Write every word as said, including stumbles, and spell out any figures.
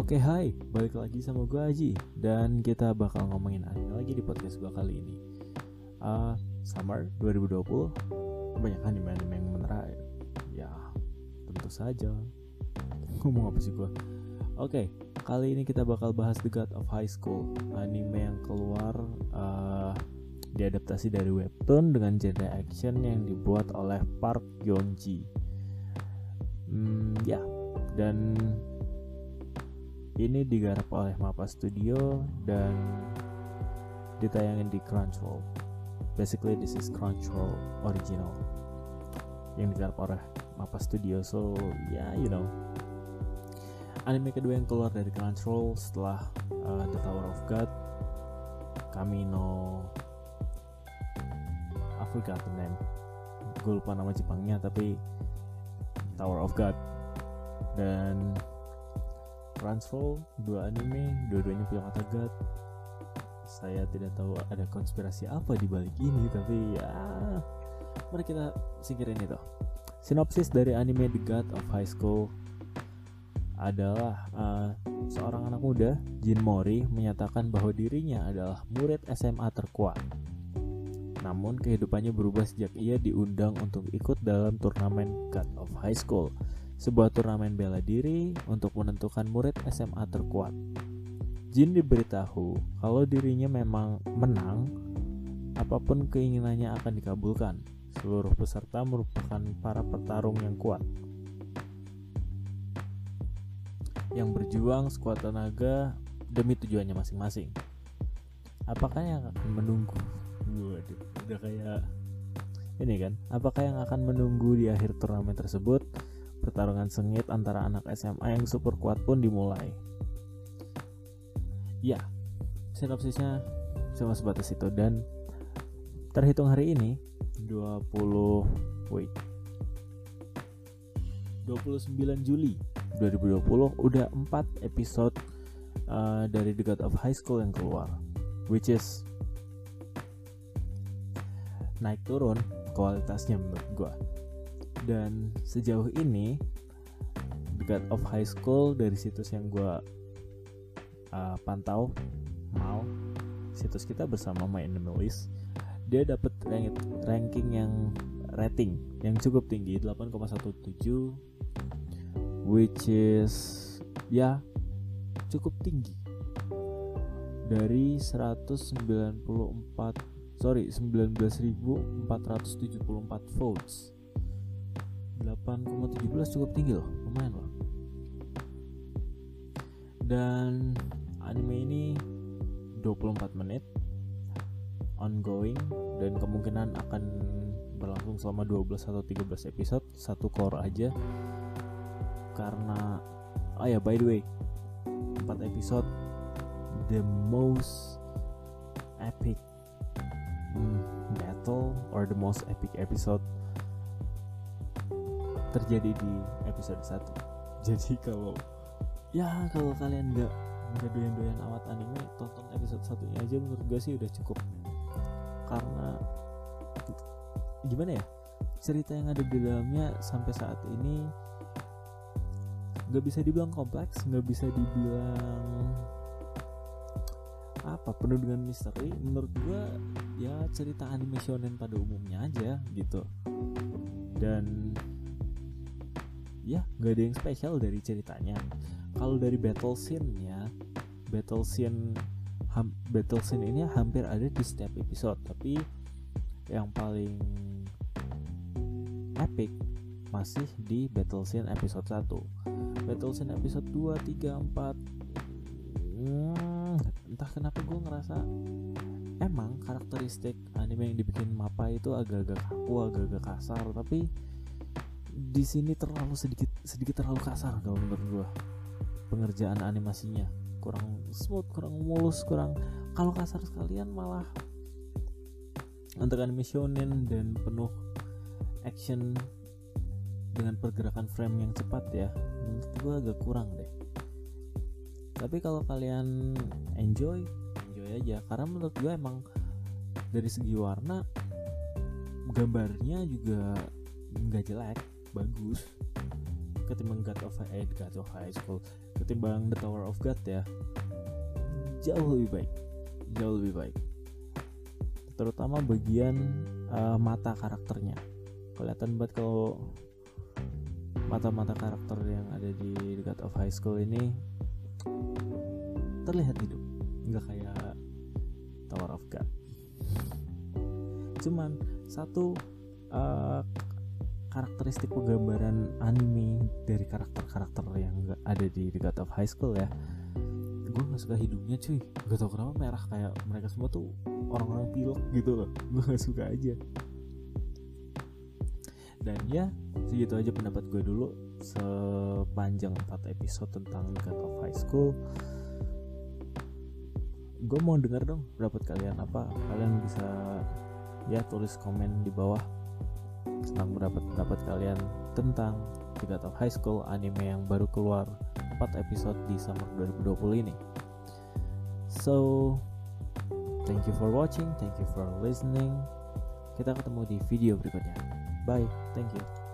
Oke, hai, balik lagi sama gue Aji. Dan kita bakal ngomongin anime lagi di podcast gue kali ini. uh, Summer dua ribu dua puluh, banyak anime-anime yang menerai. Ya, tentu saja. Ngomong apa sih gue? Oke, kali ini kita bakal bahas The God of High School, anime yang keluar uh, diadaptasi dari webtoon dengan genre action yang dibuat oleh Park Yeon-ji. Hmm, ya, dan ini digarap oleh Mappa Studio dan ditayangin di Crunchyroll. Basically this is Crunchyroll original yang digarap oleh Mappa Studio. So yeah, you know, anime kedua yang keluar dari Crunchyroll setelah uh, The Tower of God, Kamino, I forgot the name, gue lupa nama Jepangnya, tapi Tower of God. Dan Crunchyroll, dua anime, dua-duanya punya kata God. Saya tidak tahu ada konspirasi apa di balik ini, tapi ya mari kita singkirin itu. Sinopsis dari anime The God of High School adalah uh, seorang anak muda, Jin Mori, menyatakan bahwa dirinya adalah murid S M A terkuat. Namun kehidupannya berubah sejak ia diundang untuk ikut dalam turnamen God of High School, sebuah turnamen bela diri untuk menentukan murid S M A terkuat. Jin diberitahu kalau dirinya memang menang, apapun keinginannya akan dikabulkan. Seluruh peserta merupakan para petarung yang kuat, yang berjuang sekuat tenaga demi tujuannya masing-masing. Apakah yang akan menunggu? Waduh, udah kayak ini kan. Apakah yang akan menunggu di akhir turnamen tersebut? Pertarungan sengit antara anak S M A yang super kuat pun dimulai. Ya, sinopsisnya cuma sebatas itu. Dan terhitung hari ini dua puluh wait dua puluh sembilan Juli dua ribu dua puluh udah empat episode uh, dari The God of High School yang keluar, which is naik turun kualitasnya menurut gue. Dan sejauh ini The God of High School dari situs yang gue uh, pantau, mau situs kita bersama My Anime List, dia dapat rank, ranking yang rating yang cukup tinggi, delapan koma tujuh, which is ya cukup tinggi dari seratus sembilan puluh empat sorry sembilan belas ribu empat ratus tujuh puluh empat votes. Delapan koma satu tujuh cukup tinggi loh, lumayan loh. Dan anime ini dua puluh empat menit, ongoing, dan kemungkinan akan berlangsung selama dua belas atau tiga belas episode, satu core aja. Karena oh ya, by the way, empat episode, the most epic hmm, battle or the most epic episode terjadi di episode satu. Jadi kalau ya kalau kalian nggak nggak doyan-doyan amat anime, tonton episode satunya aja, menurut gue sih udah cukup. Karena gimana ya, cerita yang ada di dalamnya sampai saat ini nggak bisa dibilang kompleks, nggak bisa dibilang apa, penuh dengan misteri. Menurut gue ya cerita anime shonen pada umumnya aja gitu. Dan ya nggak ada yang spesial dari ceritanya. Kalau dari battle scene-nya, battle scene ham, battle scene ini hampir ada di setiap episode, tapi yang paling epic masih di battle scene episode satu. Battle scene episode dua, tiga, empat, hmm, entah kenapa gue ngerasa emang karakteristik anime yang dibikin Mappa itu agak-agak kaku, agak-agak kasar, tapi di sini terlalu sedikit sedikit terlalu kasar kalau menurut gue. Pengerjaan animasinya kurang smooth, kurang mulus, kurang, kalau kasar sekalian malah untuk anime shonen dan penuh action dengan pergerakan frame yang cepat ya, menurut gue agak kurang deh. Tapi kalau kalian enjoy, enjoy aja, karena menurut gue emang dari segi warna, gambarnya juga nggak jelek, bagus. ketimbang God of eh, God of High School, ketimbang The Tower of God ya. Jauh lebih baik, jauh lebih baik. Terutama bagian uh, mata karakternya. Kelihatan banget kalau mata-mata karakter yang ada di God of High School ini terlihat hidup, nggak kayak Tower of God. Cuman satu uh, karakteristik penggambaran anime dari karakter-karakter yang ada di The God of High School ya, gue nggak suka hidungnya cuy. Gak tau kenapa merah kayak mereka semua tuh orang-orang pilek gitu loh. Gue nggak suka aja. Dan ya segitu aja pendapat gue dulu sepanjang empat episode tentang God of High School. Gue mau dengar dong pendapat kalian apa. Kalian bisa ya tulis komen di bawah tentang pendapat-pendapat kalian tentang The God of High School, anime yang baru keluar empat episode di summer dua ribu dua puluh ini. So thank you for watching, thank you for listening. Kita ketemu di video berikutnya. Bye, thank you.